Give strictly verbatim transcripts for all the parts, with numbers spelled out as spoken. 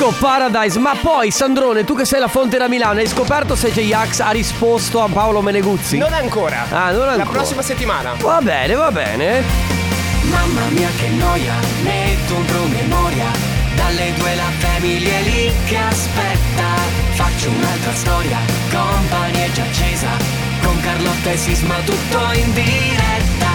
Disco Paradise. Ma poi Sandrone, tu che sei la fonte da Milano, hai scoperto se J-Ax ha risposto a Paolo Meneguzzi? Non ancora. Ah, non ancora. La prossima settimana. Va bene, va bene. Mamma mia che noia, metto un promemoria. Dalle due la famiglia è lì che aspetta. Faccio un'altra storia, compagnia è già accesa. Con Carlotta e Sisma tutto in diretta.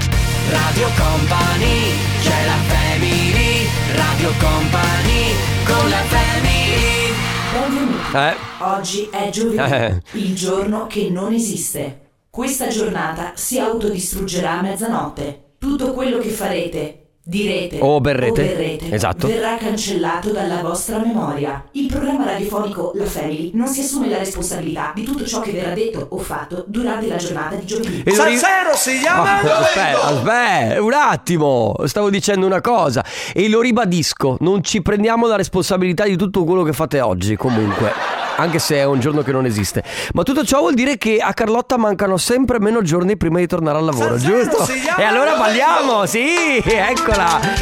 Radio Company, c'è la family. Radio Company, con la family. Benvenuti. Eh. Oggi è giovedì, Eh. il giorno che non esiste. Questa giornata si autodistruggerà a mezzanotte. Tutto quello che farete, direte O berrete. o berrete Esatto. verrà cancellato dalla vostra memoria. Il programma radiofonico La Family non si assume la responsabilità di tutto ciò che verrà detto o fatto durante la giornata di giovedì. E lo ri- Salsero si chiama. Ah, aspetta, aspetta, un attimo, stavo dicendo una cosa e lo ribadisco, non ci prendiamo la responsabilità di tutto quello che fate oggi comunque, anche se è un giorno che non esiste. Ma tutto ciò vuol dire che a Carlotta mancano sempre meno giorni prima di tornare al lavoro, Salsero, giusto? si chiama, E allora lo balliamo, sì, eccola,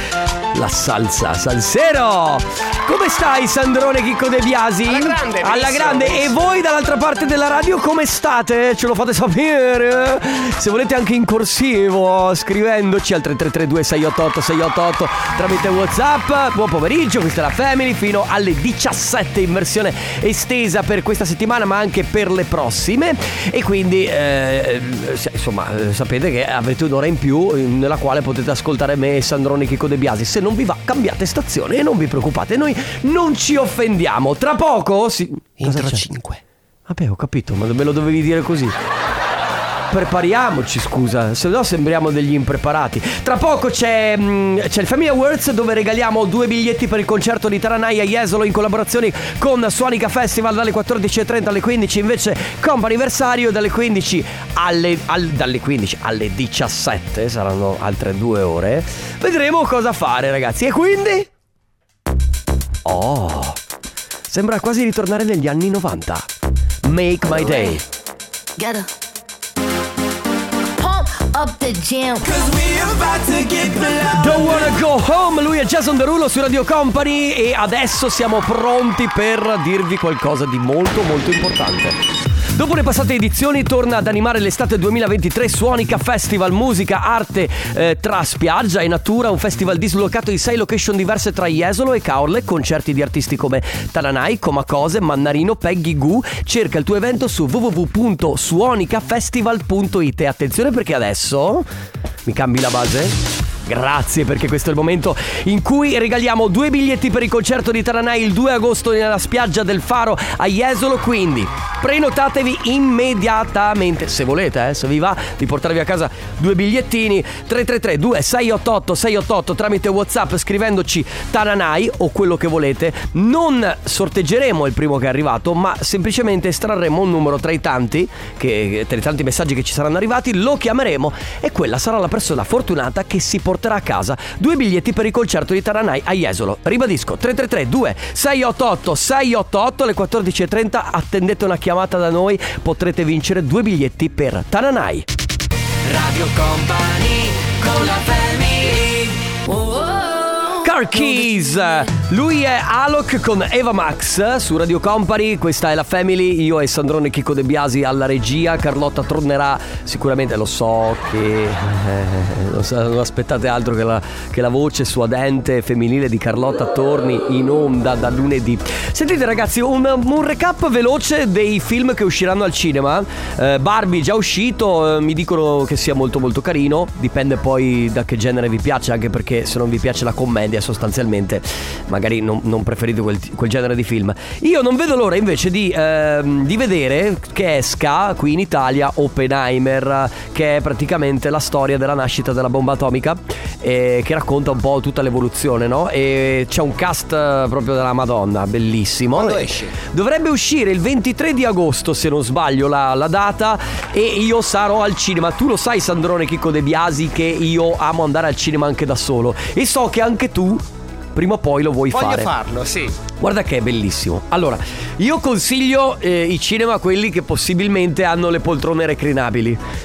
la salsa, salsero. Come stai Sandrone Chicco De Biasi? Alla grande, Alla benissimo, grande. E benissimo. voi dall'altra parte della radio come state? Ce lo fate sapere? Se volete anche in corsivo, scrivendoci al tre tre tre due sei otto otto sei otto otto tramite WhatsApp. Buon pomeriggio, questa è la Family fino alle diciassette in versione estesa per questa settimana ma anche per le prossime. E quindi eh, insomma eh, sapete che avete un'ora in più nella quale potete ascoltare me e Sandrone Chicco De Biasi. Se non vi va cambiate stazione e non vi preoccupate, noi non ci offendiamo. Tra poco si... Intro cinque. Vabbè, ho capito, ma me lo dovevi dire così. Prepariamoci, scusa, se no sembriamo degli impreparati. Tra poco c'è, mh, c'è il Family Awards, dove regaliamo due biglietti per il concerto di Taranai a Jesolo in collaborazione con Suonica Festival dalle quattordici e trenta alle quindici. Invece Comp'anniversario dalle quindici alle, al, dalle quindici alle diciassette, saranno altre due ore. Vedremo cosa fare, ragazzi. E quindi... Oh, sembra quasi ritornare negli anni novanta. Make my day. Get her. Pump up the jam. Don't wanna go home. Lui è Jason Derulo su Radio Company. E adesso siamo pronti per dirvi qualcosa di molto molto importante. Dopo le passate edizioni torna ad animare l'estate duemilaventitré Suonica Festival, musica, arte eh, tra spiaggia e natura. Un festival dislocato in sei location diverse tra Jesolo e Caorle. Concerti di artisti come Taranai, Comacose, Mannarino, Peggy Goo. Cerca il tuo evento su w w w punto suonica festival punto i t. E attenzione perché adesso mi cambi la base? Grazie, perché questo è il momento in cui regaliamo due biglietti per il concerto di Taranai il due agosto nella spiaggia del Faro a Jesolo. Quindi prenotatevi immediatamente, se volete, eh, se vi va di portarvi a casa due bigliettini. Tre tre tre due sei otto otto sei otto otto tramite WhatsApp, scrivendoci Taranai o quello che volete. Non sorteggeremo il primo che è arrivato, ma semplicemente estrarremo un numero tra i tanti che, tra i tanti messaggi che ci saranno arrivati, lo chiameremo e quella sarà la persona fortunata che si porterà a casa due biglietti per il concerto di Taranai a Jesolo. Ribadisco, tre tre tre due sei otto otto sei otto otto. Alle quattordici e trenta attendete una chiamata da noi, potrete vincere due biglietti per Taranai. Radio Company, con la family. Oh, oh, oh. Car Keys, lui è Alok con Eva Max su Radio Company. Questa è la Family, io e Sandrone Chicco De Biasi alla regia. Carlotta tornerà sicuramente, lo so che eh, non, so, non aspettate altro che la, che la voce suadente femminile di Carlotta torni in onda da lunedì. Sentite ragazzi, un, un recap veloce dei film che usciranno al cinema. eh, Barbie già uscito, eh, mi dicono che sia molto molto carino. Dipende poi da che genere vi piace, anche perché se non vi piace la commedia sostanzialmente magari non, non preferite quel, quel genere di film. Io non vedo l'ora invece di, ehm, di vedere che esca qui in Italia Oppenheimer, che è praticamente la storia della nascita della bomba atomica, eh, che racconta un po' tutta l'evoluzione, no? E c'è un cast proprio della Madonna, bellissimo. Quando esce? Dovrebbe uscire il ventitré di agosto, se non sbaglio la, la data, e io sarò al cinema. Tu lo sai Sandrone Chicco De Biasi che io amo andare al cinema anche da solo, e so che anche tu prima o poi lo vuoi Voglio fare. farlo, sì. Guarda che è bellissimo. Allora, io consiglio eh, i cinema quelli che possibilmente hanno le poltrone reclinabili,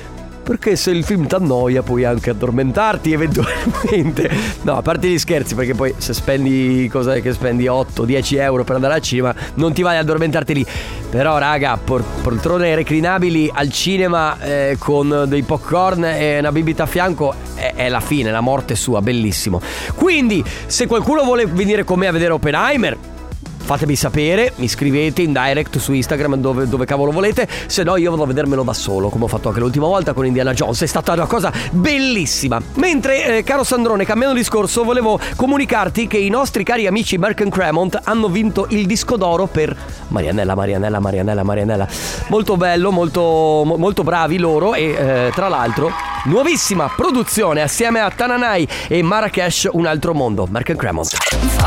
perché se il film ti annoia puoi anche addormentarti eventualmente. No, a parte gli scherzi, perché poi se spendi, cos'è che spendi otto dieci euro per andare al cinema, non ti vai ad addormentarti lì. Però raga, por- poltrone reclinabili al cinema eh, con dei popcorn e una bibita a fianco è, è la fine, la morte sua, bellissimo. Quindi se qualcuno vuole venire con me a vedere Oppenheimer, fatemi sapere, mi scrivete in direct su Instagram, dove, dove cavolo volete. Se no io vado a vedermelo da solo, come ho fatto anche l'ultima volta con Indiana Jones. È stata una cosa bellissima. Mentre, eh, caro Sandrone, cambiando discorso, volevo comunicarti che i nostri cari amici Merck and Cremont hanno vinto il disco d'oro per Marianella, Marianella, Marianella, Marianella. Molto bello, molto, mo, molto bravi loro. E eh, tra l'altro nuovissima produzione assieme a Tananai e Marrakesh, Un altro mondo. Merck and Cremont.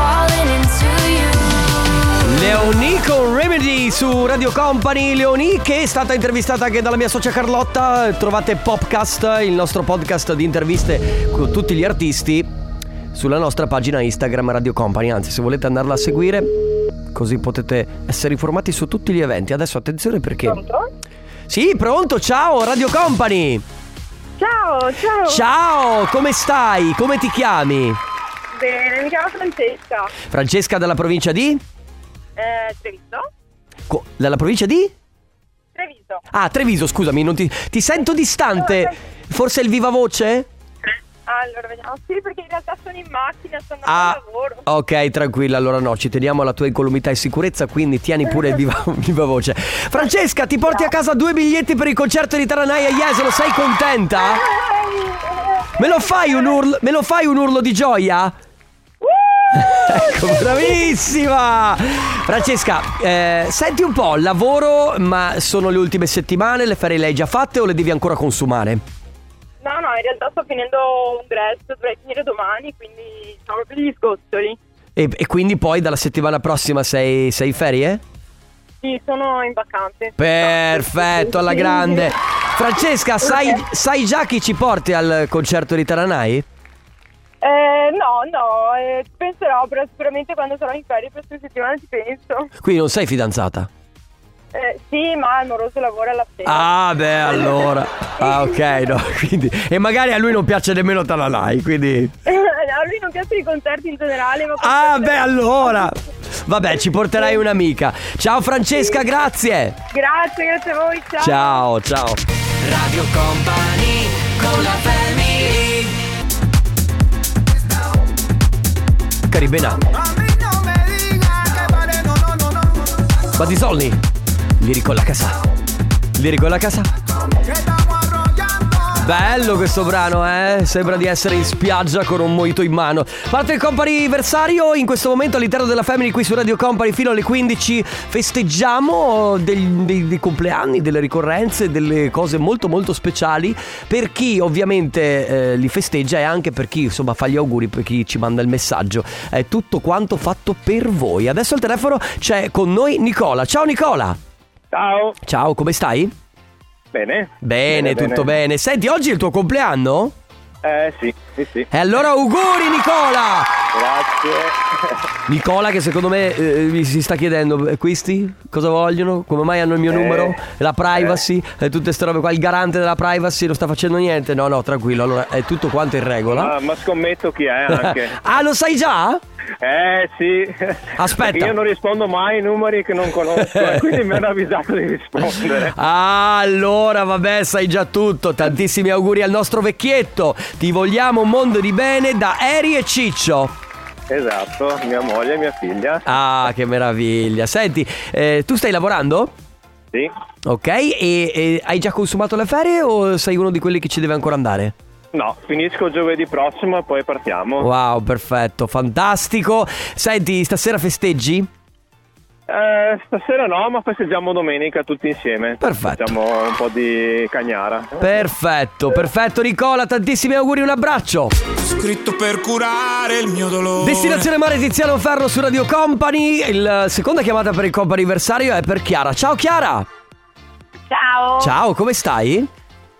Leonie con Remedy su Radio Company. Leonie che è stata intervistata anche dalla mia socia Carlotta. Trovate Popcast, il nostro podcast di interviste con tutti gli artisti, sulla nostra pagina Instagram Radio Company. Anzi, se volete andarla a seguire, così potete essere informati su tutti gli eventi. Adesso attenzione perché... Pronto? Sì, pronto, ciao Radio Company. Ciao, ciao. Ciao, come stai? Come ti chiami? Bene, mi chiamo Francesca. Francesca, dalla provincia di? Eh, Treviso. Co- dalla provincia di? Treviso. Ah, Treviso, scusami, non ti, ti sento distante. Forse il viva voce? Allora, vediamo. Sì, perché in realtà sono in macchina, sto andando Ah, al lavoro. ok, tranquilla, allora no, ci teniamo alla tua incolumità e sicurezza, quindi tieni pure il viva, viva voce. Francesca, ti porti a casa due biglietti per il concerto di Tananai a Jesolo, sei contenta? Me lo fai un urlo, me lo fai un urlo di gioia? Ecco, bravissima Francesca, eh, senti un po', lavoro, ma sono le ultime settimane, le ferie le hai già fatte o le devi ancora consumare? No, no, in realtà sto finendo un dress, dovrei finire domani, quindi sono proprio gli sgoccioli. E, e quindi poi dalla settimana prossima sei, sei in ferie? Sì, sono in vacanze. Perfetto, alla grande. Francesca, sai, sai già chi ci porti al concerto di Tananai? Eh, no, no, eh, penserò, però sicuramente quando sarò in ferie per questa settimana ci penso. Quindi non sei fidanzata? Eh, sì, ma il moroso lavora alla sera. Ah, beh, allora. Ah, ok, no, quindi. E magari a lui non piace nemmeno Tananai, quindi. A lui non piacciono i concerti in generale, ma... Ah, beh, allora. Vabbè, ci porterai un'amica. Ciao Francesca, grazie. Grazie, grazie a voi, ciao. Ciao, ciao. Radio Company con la family. Caribena. Badisolni. Lirico alla casa. Lirico alla casa. Bello questo brano, eh? Sembra di essere in spiaggia con un mojito in mano. Parte il comp'anniversario in questo momento all'interno della Family qui su Radio Company fino alle quindici. Festeggiamo dei, dei, dei compleanni, delle ricorrenze, delle cose molto molto speciali. Per chi ovviamente eh, li festeggia e anche per chi insomma fa gli auguri, per chi ci manda il messaggio. È tutto quanto fatto per voi. Adesso al telefono c'è con noi Nicola. Ciao Nicola. Ciao. Ciao, come stai? Bene. Bene, Bene, tutto bene. bene. Senti, oggi è il tuo compleanno? Eh sì, sì, sì. E allora auguri Nicola! Grazie. Nicola che secondo me eh, mi si sta chiedendo, eh, questi cosa vogliono? Come mai hanno il mio Eh, numero? La privacy? E tutte ste robe qua, il garante della privacy non sta facendo niente? No, no, tranquillo, allora è tutto quanto in regola. Ah, ma scommetto chi è anche. Ah, lo sai già? Eh sì. Aspetta. Perché io non rispondo mai ai numeri che non conosco e quindi mi hanno avvisato di rispondere. Ah, allora vabbè, sai già tutto. Tantissimi auguri al nostro vecchietto. Ti vogliamo un mondo di bene da Eri e Ciccio. Esatto, mia moglie e mia figlia. Ah, che meraviglia. Senti, eh, tu stai lavorando? Sì. Ok, e, e hai già consumato le ferie o sei uno di quelli che ci deve ancora andare? No, finisco giovedì prossimo e poi partiamo. Wow, perfetto, fantastico. Senti, stasera festeggi? Eh, stasera no, ma festeggiamo domenica tutti insieme. Perfetto. Facciamo un po' di cagnara. Perfetto, perfetto Nicola, tantissimi auguri, un abbraccio. Scritto per curare il mio dolore. Destinazione Mare Tiziano Ferro su Radio Company. La seconda chiamata per il comp'anniversario è per Chiara. Ciao Chiara. Ciao. Ciao, come stai?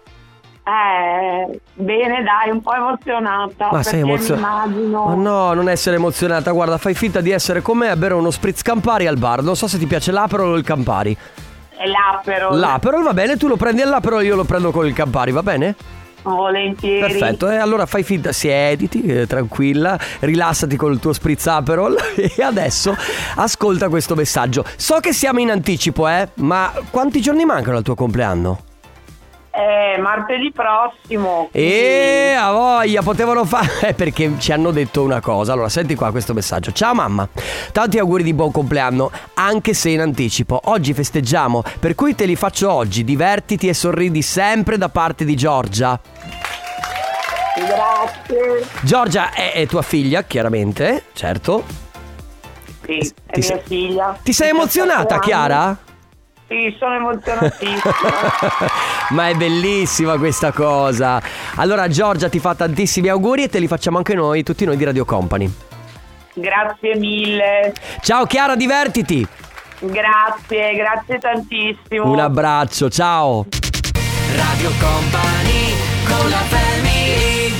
Eh, bene, dai, un po' emozionata. Ma sei emozionata? Immagino. Ma no, non essere emozionata. Guarda, fai finta di essere con me a bere uno spritz Campari al bar. Non so se ti piace l'Aperol o il Campari. È l'Aperol. L'Aperol, va bene, tu lo prendi all'Aperol, io lo prendo con il Campari, va bene? Volentieri. Perfetto, e allora fai finta, siediti, eh, tranquilla, rilassati con il tuo spritz Aperol e adesso ascolta questo messaggio. So che siamo in anticipo, eh, ma quanti giorni mancano al tuo compleanno? Eh, martedì prossimo. E a voglia, potevano fare perché ci hanno detto una cosa. Allora senti qua questo messaggio. Ciao mamma, tanti auguri di buon compleanno, anche se in anticipo. Oggi festeggiamo, per cui te li faccio oggi. Divertiti e sorridi sempre, da parte di Giorgia. Grazie. Giorgia è, è tua figlia, chiaramente, certo. Sì, è Ti mia sei- figlia. Ti sei emozionata, anni. Chiara? Sì, sono emozionatissima. Ma è bellissima questa cosa. Allora Giorgia ti fa tantissimi auguri e te li facciamo anche noi, tutti noi di Radio Company. Grazie mille. Ciao Chiara, divertiti. Grazie, grazie tantissimo. Un abbraccio, ciao. Radio Company con la family.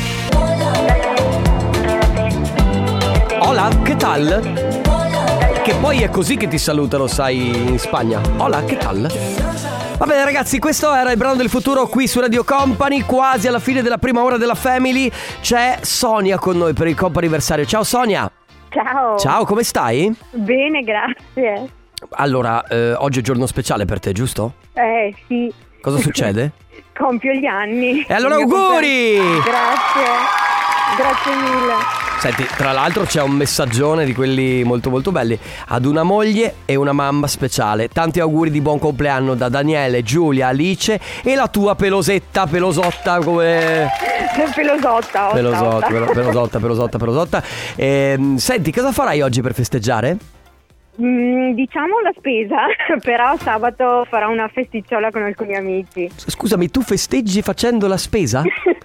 Hola, che tal? Che poi è così che ti salutano, sai, in Spagna. Hola, che tal? Va bene ragazzi, questo era il brano del futuro qui su Radio Company. Quasi alla fine della prima ora della Family. C'è Sonia con noi per il comp'anniversario. Ciao Sonia. Ciao. Ciao, come stai? Bene, grazie. Allora, eh, oggi è giorno speciale per te, giusto? Eh, sì. Cosa succede? Compio gli anni. E allora Il mio auguri! compleanno. Grazie. Grazie mille. Senti, tra l'altro c'è un messaggione di quelli molto molto belli. Ad una moglie e una mamma speciale. Tanti auguri di buon compleanno da Daniele, Giulia, Alice e la tua pelosetta, pelosotta come... Pelosotta, otta, Pelosotta, otta. pelo- pelosotta, pelosotta, pelosotta. Ehm, senti, cosa farai oggi per festeggiare? Mm, diciamo la spesa, però sabato farò una festicciola con alcuni amici. Scusami, tu festeggi facendo la spesa?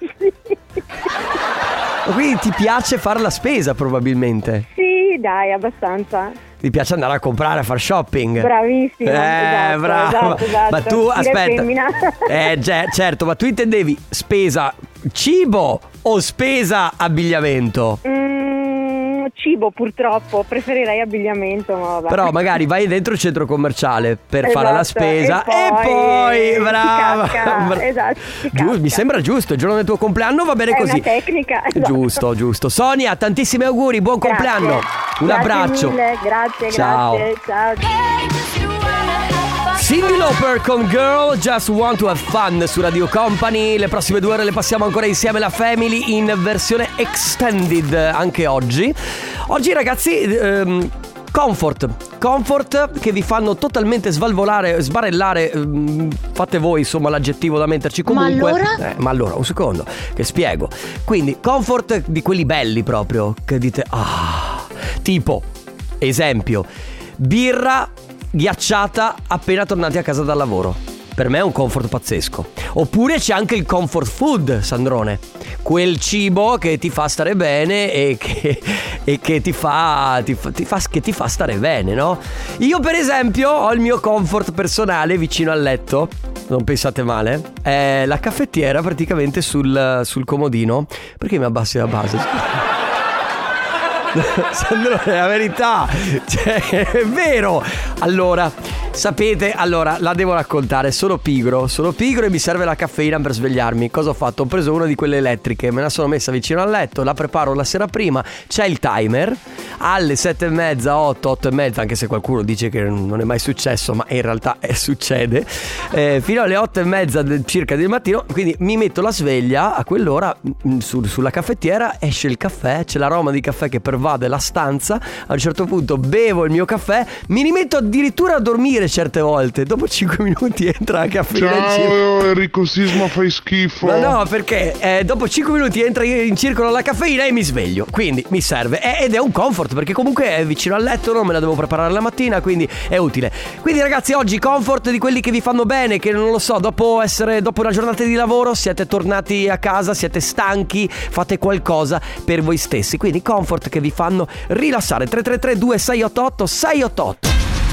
Quindi ti piace fare la spesa probabilmente? Sì, dai, abbastanza. Ti piace andare a comprare, a far shopping? Bravissima. Eh, esatto, brava. esatto, esatto. Ma tu, Stile aspetta. femmina. Eh, ge- certo, ma tu intendevi spesa cibo o spesa abbigliamento? Mm, cibo, purtroppo. Preferirei abbigliamento, ma vabbè. Però magari vai dentro il centro commerciale per Esatto, fare la spesa e e poi, poi, brava. si casca, Bra- esatto, si Giu- casca. mi sembra giusto, il giorno del tuo compleanno va bene È così. una tecnica, esatto. Giusto, giusto. Sonia, tantissimi auguri, buon Grazie. compleanno. Un Grazie abbraccio. mille, grazie, Ciao. grazie. Ciao. Cyndi Lauper con Girl Just Want to Have Fun su Radio Company. Le prossime due ore le passiamo ancora insieme, la Family in versione extended anche oggi. Oggi ragazzi ehm, Comfort Comfort che vi fanno totalmente svalvolare, sbarellare, ehm, fate voi insomma l'aggettivo da metterci comunque. Ma allora? Eh, ma allora un secondo che spiego. Quindi comfort di quelli belli proprio, che dite ah, tipo esempio birra ghiacciata appena tornati a casa dal lavoro. Per me è un comfort pazzesco. Oppure c'è anche il comfort food, Sandrone. Quel cibo che ti fa stare bene e che, e che ti fa, ti fa, ti fa, che ti fa stare bene, no? Io per esempio ho il mio comfort personale vicino al letto. Non pensate male. È la caffettiera praticamente sul, sul comodino. Perché mi abbassi la base? Sandro, è la verità, cioè, è vero. Allora, sapete, allora la devo raccontare. Sono pigro, sono pigro e mi serve la caffeina per svegliarmi. Cosa ho fatto? Ho preso una di quelle elettriche, me la sono messa vicino al letto, la preparo la sera prima. C'è il timer alle sette e mezza, otto, otto e mezza, anche se qualcuno dice che non è mai successo, ma in realtà è, succede, eh, fino alle otto e mezza del, circa del mattino. Quindi mi metto la sveglia a quell'ora, mh, su, sulla caffettiera esce il caffè, c'è l'aroma di caffè che pervade la stanza. A un certo punto bevo il mio caffè, mi rimetto addirittura a dormire certe volte. Dopo cinque minuti entra la caffeina in circolo. Ciao Enrico Sisma, fai schifo. Ma no, perché eh, dopo cinque minuti entra in circolo la caffeina e mi sveglio. Quindi mi serve, eh, ed è un comfort, perché comunque è vicino al letto, non me la devo preparare la mattina, quindi è utile. Quindi ragazzi, oggi comfort di quelli che vi fanno bene, che non lo so, dopo essere dopo una giornata di lavoro siete tornati a casa, siete stanchi, fate qualcosa per voi stessi. Quindi comfort che vi fanno rilassare. Tre tre tre due sei otto otto sei otto otto.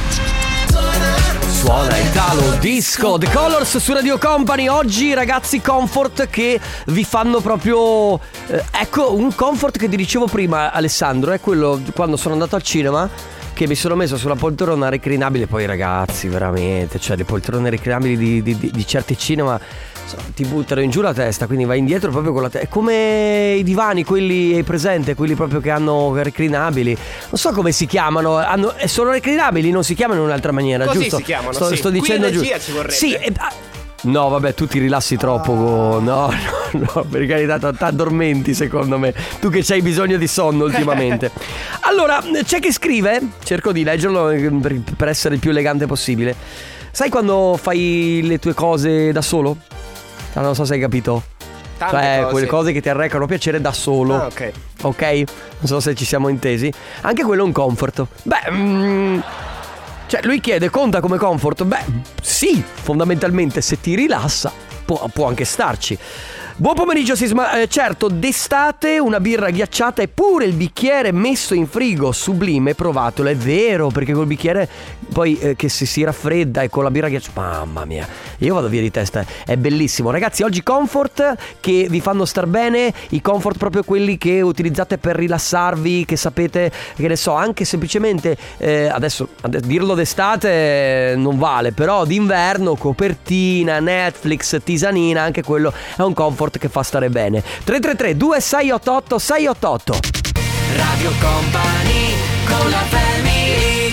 Suona Italo Disco The Colors su Radio Company. Oggi ragazzi, comfort che vi fanno proprio eh, ecco, un comfort che ti dicevo prima, Alessandro, è quello quando sono andato al cinema, che mi sono messo sulla poltrona reclinabile. Poi ragazzi, veramente, cioè le poltrone reclinabili di, di, di, di certi cinema ti buttano in giù la testa, quindi vai indietro proprio con la testa. È come i divani, quelli, hai presente, quelli proprio che hanno reclinabili. Non so come si chiamano, hanno, sono reclinabili, non si chiamano in un'altra maniera, così giusto? Si chiamano, sto, sì. sto dicendo Qui giusto. ci vorrebbe. Sì, e, no, vabbè, tu ti rilassi troppo. No, no, no, per carità, ti addormenti secondo me. Tu che c'hai bisogno di sonno ultimamente. Allora, c'è chi scrive, cerco di leggerlo per, per essere il più elegante possibile. Sai quando fai le tue cose da solo? Ah, non so se hai capito. Tante cioè, cose. quelle cose che ti arrecano piacere da solo. Ah, ok. Ok? Non so se ci siamo intesi. Anche quello è un comfort. Beh, mm, cioè lui chiede, conta come comfort? Beh, sì, fondamentalmente se ti rilassa può, può anche starci. Buon pomeriggio Sisma, eh, certo, d'estate una birra ghiacciata e pure il bicchiere messo in frigo, sublime, provatelo. È vero, perché col bicchiere poi eh, che si, si raffredda e con la birra ghiacciata, mamma mia, io vado via di testa, è bellissimo. Ragazzi, oggi comfort che vi fanno star bene, i comfort proprio quelli che utilizzate per rilassarvi, che sapete, che ne so, anche semplicemente eh, adesso, adesso dirlo d'estate non vale, però d'inverno copertina, Netflix, tisanina, anche quello è un comfort che fa stare bene. Tre tre tre due sei otto otto sei otto otto Radio Company con la family.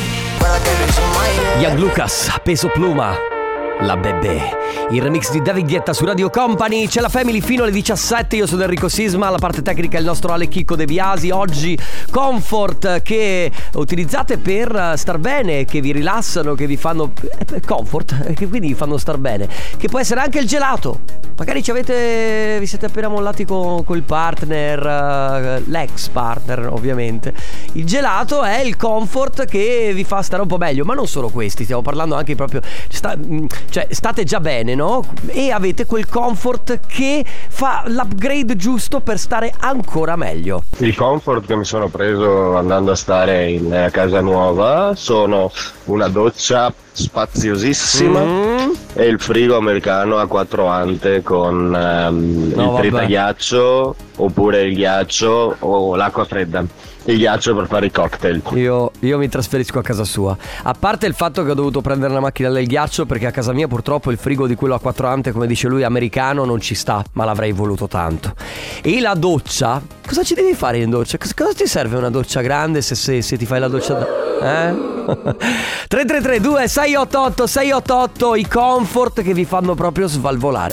Young Lucas, Peso Pluma, La Bebè. Il remix di David Guetta su Radio Company. C'è la family fino alle diciassette. Io sono Enrico Sisma, la parte tecnica è il nostro Ale Chicco De Biasi. Oggi comfort che utilizzate per star bene, che vi rilassano, che vi fanno comfort, che quindi vi fanno star bene. Che può essere anche il gelato. Magari ci avete, vi siete appena mollati con col partner, l'ex partner ovviamente. Il gelato è il comfort che vi fa stare un po' meglio. Ma non solo questi, stiamo parlando anche proprio sta, cioè state già bene, no? E avete quel comfort che fa l'upgrade giusto per stare ancora meglio. Il comfort che mi sono preso andando a stare in casa nuova sono una doccia spaziosissima mm. e il frigo americano a quattro ante con um, no, il tritaghiaccio oppure il ghiaccio o l'acqua fredda. Il ghiaccio per fare i cocktail. Io, io mi trasferisco a casa sua. A parte il fatto che ho dovuto prendere la macchina del ghiaccio, perché a casa mia purtroppo il frigo di quello a quattro ante, come dice lui, americano, non ci sta. Ma l'avrei voluto tanto. E la doccia, cosa ci devi fare in doccia? Cosa, cosa ti serve una doccia grande se, se, se ti fai la doccia da... Eh? tre tre tre due sei otto otto sei otto otto. I comfort che vi fanno proprio svalvolare.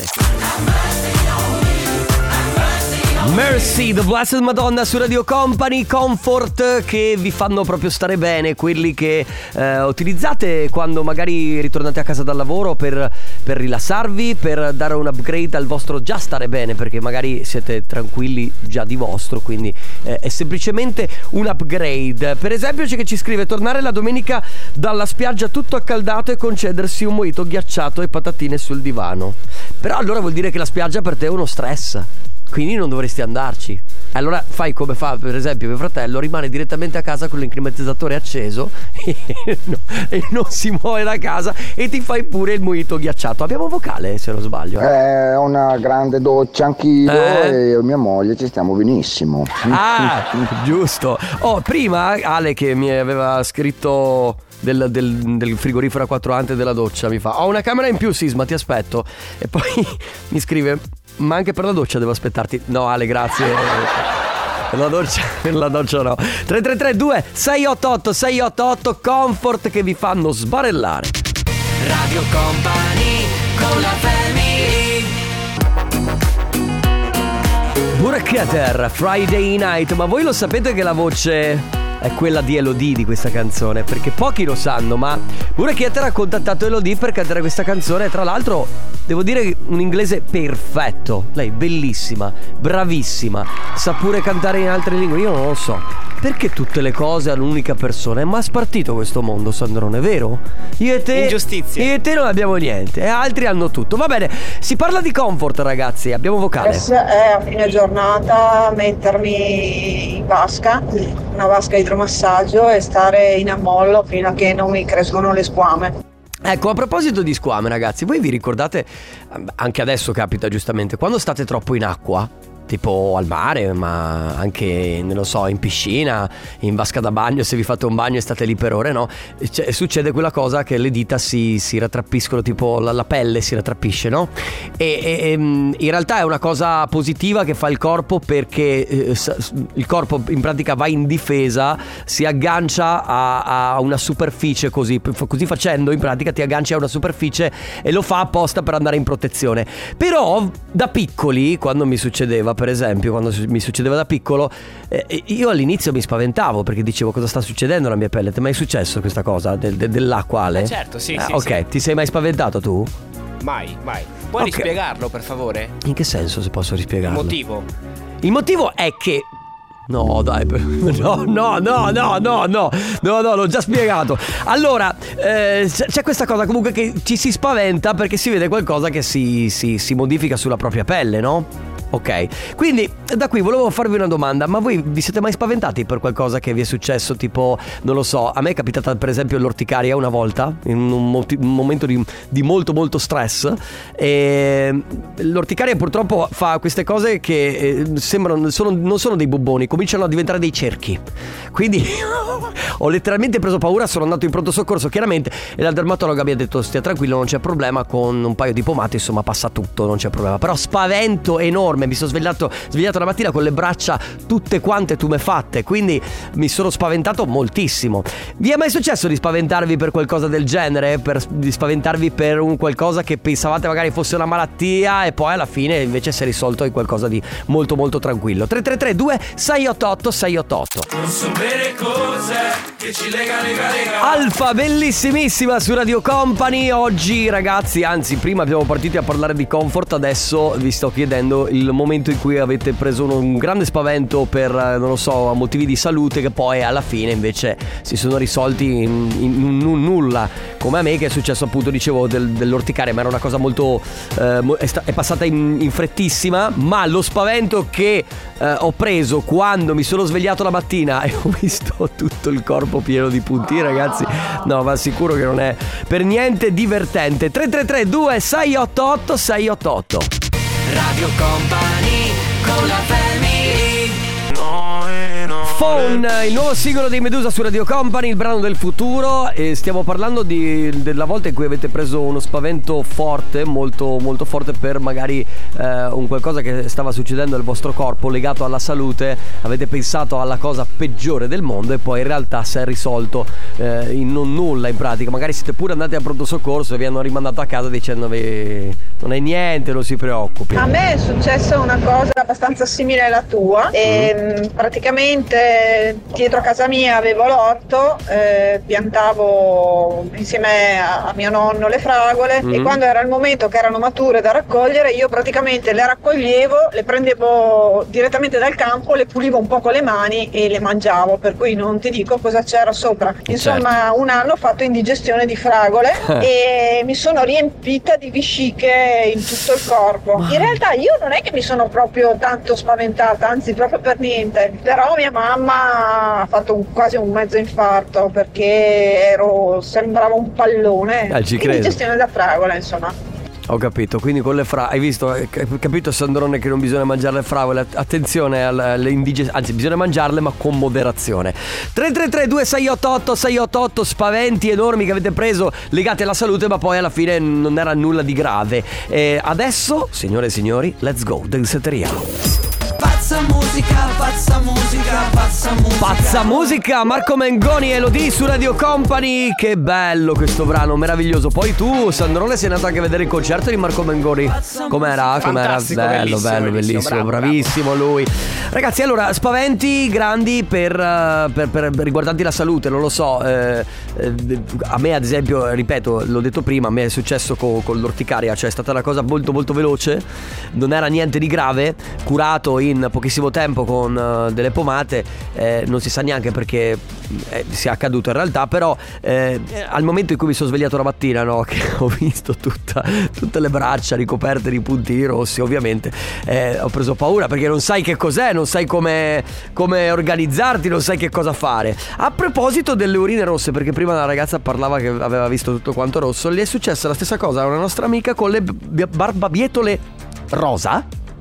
Mercy, The Blessed Madonna su Radio Company. Comfort che vi fanno proprio stare bene, quelli che eh, utilizzate quando magari ritornate a casa dal lavoro per, per rilassarvi, per dare un upgrade al vostro già stare bene, perché magari siete tranquilli già di vostro, quindi eh, è semplicemente un upgrade. Per esempio c'è che ci scrive: tornare la domenica dalla spiaggia tutto accaldato e concedersi un mojito ghiacciato e patatine sul divano. Però allora vuol dire che la spiaggia per te è uno stress, quindi non dovresti andarci. Allora fai come fa per esempio mio fratello, rimane direttamente a casa con l'inclimatizzatore acceso e, no, e non si muove da casa e ti fai pure il mojito ghiacciato. Abbiamo un vocale, se non sbaglio. È una grande doccia anch'io eh? e mia moglie ci stiamo benissimo. Ah, giusto. Oh, prima Ale che mi aveva scritto Del, del, del frigorifero a quattro ante della doccia mi fa: ho una camera in più Sisma, ti aspetto. E poi mi scrive: ma anche per la doccia devo aspettarti? No Ale, grazie. Per la doccia, per la doccia no. Tre tre tre due sei otto otto sei otto otto. Comfort che vi fanno sbarellare. Radio Company con la family. Burak Keter, Friday Night. Ma voi lo sapete che la voce è quella di Elodie di questa canzone? Perché pochi lo sanno, ma Burak Keter ha contattato Elodie per cantare questa canzone. Tra l'altro devo dire un inglese perfetto. Lei bellissima, bravissima, sa pure cantare in altre lingue. Io non lo so perché tutte le cose hanno un'unica persona. È ma spartito questo mondo, Sandrone, vero? Io e te Ingiustizie. Io e te non abbiamo niente e altri hanno tutto. Va bene, si parla di comfort, ragazzi. Abbiamo vocale. È a fine giornata mettermi in vasca, una vasca idromassaggio, e stare in ammollo fino a che non mi crescono le squame. Ecco, a proposito di squame, ragazzi, voi vi ricordate, anche adesso capita giustamente, quando state troppo in acqua, tipo al mare, ma anche, non lo so, in piscina, in vasca da bagno, se vi fate un bagno e state lì per ore, no? Cioè, succede quella cosa che le dita si, si rattrappiscono, tipo la, la pelle si rattrappisce, no? E, e, e in realtà è una cosa positiva che fa il corpo, perché eh, il corpo in pratica va in difesa, si aggancia a, a una superficie, così, così facendo in pratica ti agganci a una superficie e lo fa apposta per andare in protezione. Però da piccoli, quando mi succedeva, per esempio, quando mi succedeva da piccolo, eh, io all'inizio mi spaventavo perché dicevo: cosa sta succedendo alla mia pelle? Ti è mai successo questa cosa del, del, dell'acqua, Ale? Eh certo, sì, eh, sì. Ok, sì. Ti sei mai spaventato tu? Mai, mai. Puoi Okay. rispiegarlo, per favore? In che senso, se posso rispiegarlo? Il motivo? Il motivo è che... No dai, no, no, no, no, no, no, no, no, l'ho già spiegato. Allora, eh, c'è questa cosa comunque che ci si spaventa perché si vede qualcosa che si, si, si modifica sulla propria pelle, no? Ok, quindi da qui volevo farvi una domanda: ma voi vi siete mai spaventati per qualcosa che vi è successo? Tipo, non lo so, a me è capitata per esempio l'orticaria una volta, in un, mo- un momento di, di molto molto stress. E l'orticaria purtroppo fa queste cose che eh, sembrano, sono, non sono dei bubboni, cominciano a diventare dei cerchi. Quindi ho letteralmente preso paura, sono andato in pronto soccorso chiaramente, e la dermatologa mi ha detto: stia tranquillo, non c'è problema, con un paio di pomate insomma passa tutto, non c'è problema. Però spavento enorme, mi sono svegliato, svegliato la mattina con le braccia tutte quante tumefatte, quindi mi sono spaventato moltissimo. Vi è mai successo di spaventarvi per qualcosa del genere? Per, di spaventarvi per un qualcosa che pensavate magari fosse una malattia e poi alla fine invece si è risolto in qualcosa di molto molto tranquillo? Tre tre tre due sei otto otto sei otto otto. Non so bene cos'è che ci lega, lega, lega. Alfa, bellissimissima su Radio Company. Oggi ragazzi, anzi prima abbiamo partito a parlare di comfort, adesso vi sto chiedendo il momento in cui avete preso uno, un grande spavento per, non lo so, motivi di salute che poi alla fine invece si sono risolti in, in, in un nulla, come a me, che è successo appunto, dicevo, del, dell'orticaria, ma era una cosa molto eh, è, sta, è passata in, in frettissima, ma lo spavento che eh, ho preso quando mi sono svegliato la mattina e ho visto tutto il corpo pieno di punti, ragazzi, no, ma sicuro che non è per niente divertente. Tre tre tre due sei otto otto sei otto otto. Radio Company con la family. Phone, il nuovo singolo dei Medusa su Radio Company, il brano del futuro. E stiamo parlando di, della volta in cui avete preso uno spavento forte, molto molto forte, per magari eh, un qualcosa che stava succedendo nel vostro corpo legato alla salute. Avete pensato alla cosa peggiore del mondo e poi in realtà si è risolto eh, in un nulla, in pratica. Magari siete pure andati a pronto soccorso e vi hanno rimandato a casa dicendovi: non è niente, non si preoccupi. A me è successa una cosa abbastanza simile alla tua e mm. praticamente dietro a casa mia avevo l'orto, eh, piantavo insieme a, a mio nonno le fragole mm. e quando era il momento che erano mature da raccogliere io praticamente le raccoglievo, le prendevo direttamente dal campo, le pulivo un po' con le mani e le mangiavo, per cui non ti dico cosa c'era sopra. Insomma, certo. Un anno ho fatto indigestione di fragole e mi sono riempita di vesciche in tutto il corpo. In realtà io non è che mi sono proprio tanto spaventata, anzi proprio per niente, però mia mamma ha fatto un, quasi un mezzo infarto perché ero, sembrava un pallone. Ah, ci credo. Indigestione da fragola, insomma. Ho capito, quindi con le fragole, hai visto, hai capito Sandrone che non bisogna mangiare le fragole, attenzione alle indigestioni, anzi bisogna mangiarle ma con moderazione. Tre tre tre due sei otto otto sei otto otto, spaventi enormi che avete preso legati alla salute ma poi alla fine non era nulla di grave. E adesso, signore e signori, let's go, Densetteria. Pazza musica, pazza musica, pazza musica. Pazza musica, Marco Mengoni e Elodie su Radio Company. Che bello questo brano, meraviglioso. Poi tu, Sandrone, sei andato anche a vedere il concerto di Marco Mengoni. Com'era? Com'era? Bello, bellissimo, bello, bellissimo, bravo, bravissimo bravo. Lui. Ragazzi, allora, spaventi grandi per, per, per riguardanti la salute, non lo so. Eh, eh, a me, ad esempio, ripeto, l'ho detto prima, a me è successo con, con l'orticaria, cioè è stata una cosa molto molto veloce, non era niente di grave, curato in pochissimo tempo con uh, delle pomate, eh, non si sa neanche perché eh, sia accaduto in realtà, però eh, al momento in cui mi sono svegliato la mattina, no, che ho visto tutta, tutte le braccia ricoperte di puntini rossi, ovviamente eh, ho preso paura perché non sai che cos'è, non sai come, come organizzarti, non sai che cosa fare. A proposito delle urine rosse, perché prima la ragazza parlava che aveva visto tutto quanto rosso, le è successa la stessa cosa a una nostra amica con le barbabietole rosa.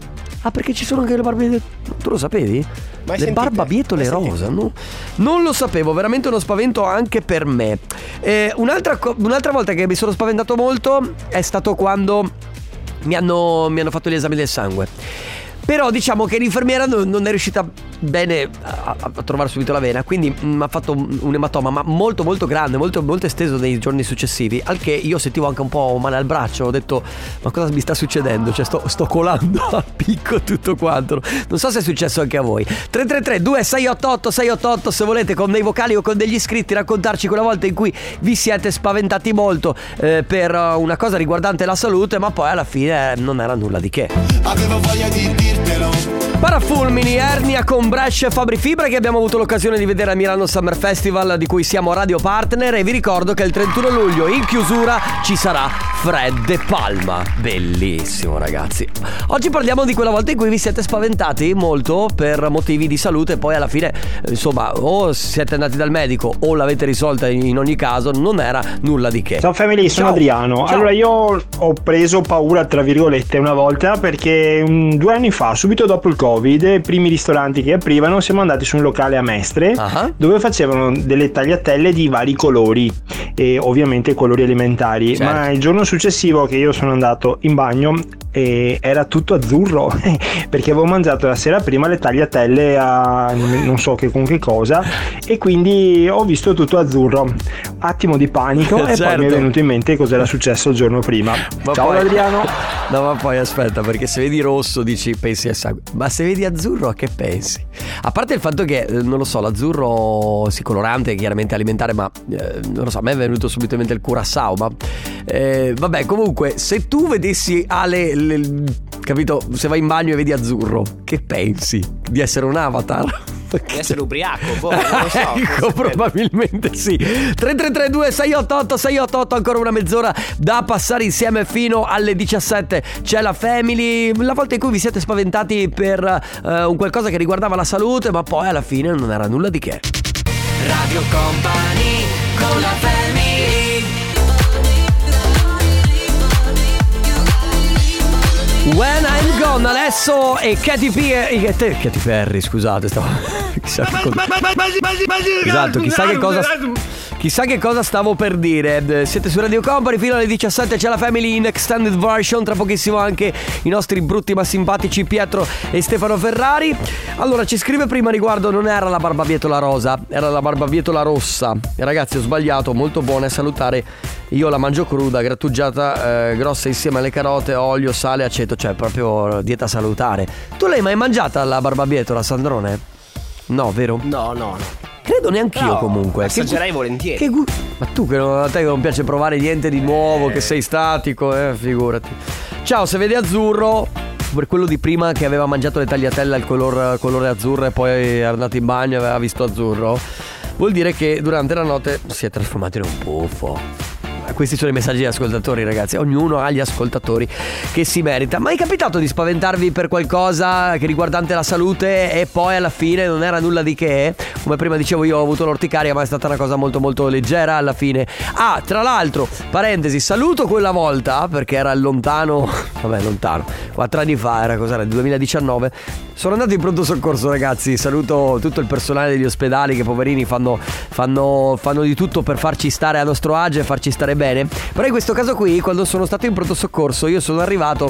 Ah, perché ci sono anche le barbabietole. Tu lo sapevi? Mai le sentite? barbabietole Mai rosa, no? Non lo sapevo, veramente uno spavento anche per me. Eh, un'altra, co- un'altra volta che mi sono spaventato molto è stato quando mi hanno, mi hanno fatto gli esami del sangue. Però diciamo che l'infermiera non, non è riuscita bene a, a trovare subito la vena, quindi mi ha fatto un, un ematoma, ma molto molto grande, molto, molto esteso nei giorni successivi. Al che io sentivo anche un po' male al braccio. Ho detto, ma cosa mi sta succedendo? Cioè sto, sto colando a picco tutto quanto. Non so se è successo anche a voi. Tre tre tre due sei otto otto sei otto otto se volete, con dei vocali o con degli iscritti, raccontarci quella volta in cui vi siete spaventati molto eh, per una cosa riguardante la salute, ma poi alla fine non era nulla di che. Avevo voglia di dirtelo. Parafulmini, Ernia con Brescia e Fabri Fibra, che abbiamo avuto l'occasione di vedere a Milano Summer Festival, di cui siamo radio partner. E vi ricordo che il trentuno luglio in chiusura ci sarà Fred De Palma. Bellissimo, ragazzi. Oggi parliamo di quella volta in cui vi siete spaventati molto per motivi di salute, poi alla fine insomma o siete andati dal medico o l'avete risolta. In ogni caso non era nulla di che. Ciao family, sono Ciao. Adriano. Ciao. Allora io ho preso paura tra virgolette una volta perché um, due anni fa, subito dopo il Covid, i primi ristoranti che aprivano, siamo andati su un locale a Mestre uh-huh. dove facevano delle tagliatelle di vari colori e ovviamente colori alimentari. Certo. Ma il giorno successivo che io sono andato in bagno e era tutto azzurro perché avevo mangiato la sera prima le tagliatelle a non so che con che cosa, e quindi ho visto tutto azzurro. Attimo di panico e certo. poi mi è venuto in mente cosa era successo il giorno prima. Ma Ciao poi... Adriano. No, ma poi aspetta, perché se vedi rosso dici pensi a sangue, ma se vedi azzurro a che pensi? A parte il fatto che non lo so, l'azzurro sì, colorante, chiaramente alimentare, ma eh, non lo so, a me è venuto subito in mente il curaçao, ma eh, vabbè, comunque se tu vedessi Ale le, capito, se vai in bagno e vedi azzurro, che pensi? Di essere un avatar? Di essere ubriaco, boh, non lo so. Ecco, probabilmente sì. Tre tre tre due sei otto otto sei otto otto, ancora una mezz'ora da passare insieme fino alle diciassette. C'è la Family, la volta in cui vi siete spaventati per uh, un qualcosa che riguardava la salute, ma poi alla fine non era nulla di che. Radio Company con la Family. When I'm Gone, Alesso e Katy Perry. E te, Katy Perry, scusate, stavo. Chissà che cosa. Esatto, chissà che cosa. Chissà che cosa stavo per dire. Siete su Radio Company fino alle diciassette. C'è la Family in extended version. Tra pochissimo anche i nostri brutti ma simpatici Pietro e Stefano Ferrari. Allora, ci scrive prima riguardo, non era la barbabietola rosa, era la barbabietola rossa. E ragazzi, ho sbagliato, molto buona e salutare. Io la mangio cruda, grattugiata, eh, grossa insieme alle carote, olio, sale, aceto. Cioè proprio dieta salutare. Tu l'hai mai mangiata la barbabietola, Sandrone? No, vero? No, no, no. Credo neanch'io, no, comunque. assaggerei che, volentieri. Che gu- Ma tu che non, a te non piace provare niente di nuovo, eh. che sei statico, eh, figurati. Ciao, se vedi azzurro, per quello di prima che aveva mangiato le tagliatelle al color, colore azzurro e poi è andato in bagno e aveva visto azzurro, vuol dire che durante la notte si è trasformato in un puffo. Questi sono i messaggi degli ascoltatori, ragazzi. Ognuno ha gli ascoltatori che si merita. Ma è capitato di spaventarvi per qualcosa che riguardante la salute e poi alla fine non era nulla di che? Come prima dicevo, io ho avuto l'orticaria, ma è stata una cosa molto molto leggera alla fine. Ah, tra l'altro, parentesi, saluto quella volta perché era lontano, vabbè lontano, quattro anni fa, era cos'era, duemiladiciannove. Sono andato in pronto soccorso, ragazzi. Saluto tutto il personale degli ospedali che poverini fanno, fanno, fanno di tutto per farci stare a nostro agio e farci stare bene. Però in questo caso qui, quando sono stato in pronto soccorso, io sono arrivato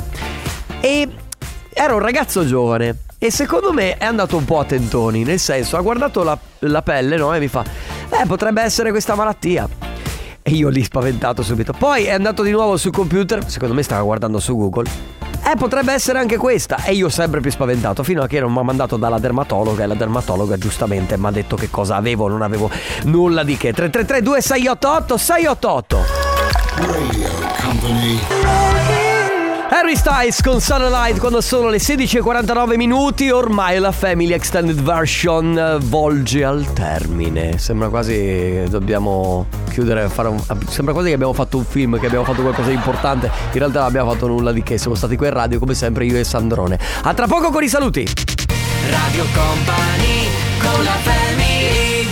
e ero un ragazzo giovane e secondo me è andato un po' a tentoni. Nel senso, ha guardato la, la pelle, no? E mi fa, eh, potrebbe essere questa malattia. E io lì spaventato subito. Poi è andato di nuovo sul computer, secondo me stava guardando su Google. Eh, potrebbe essere anche questa. E io sempre più spaventato, fino a che non mi ha mandato dalla dermatologa. E la dermatologa giustamente mi ha detto che cosa avevo. Non avevo nulla di che. Tre tre tre due sei otto otto sei otto otto. Radio Company. Harry Styles con Satellite quando sono le sedici e quarantanove minuti. Ormai la Family Extended Version volge al termine. Sembra quasi dobbiamo chiudere, fare un, sembra quasi che abbiamo fatto un film, che abbiamo fatto qualcosa di importante. In realtà non abbiamo fatto nulla di che. Siamo stati qui in radio come sempre io e Sandrone. A tra poco con i saluti. Radio Company con la Family.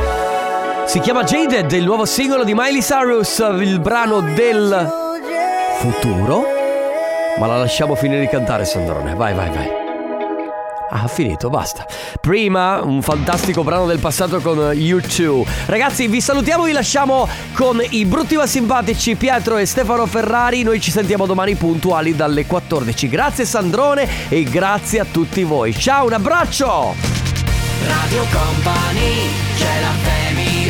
Si chiama Jaded, il nuovo singolo di Miley Cyrus, il brano del futuro. Ma la lasciamo finire di cantare, Sandrone. Vai, vai, vai. Ah, finito, basta. Prima un fantastico brano del passato con U due. Ragazzi, vi salutiamo, vi lasciamo con i brutti ma simpatici Pietro e Stefano Ferrari. Noi ci sentiamo domani puntuali dalle quattordici. Grazie Sandrone e grazie a tutti voi. Ciao, un abbraccio. Radio Company, c'è la family.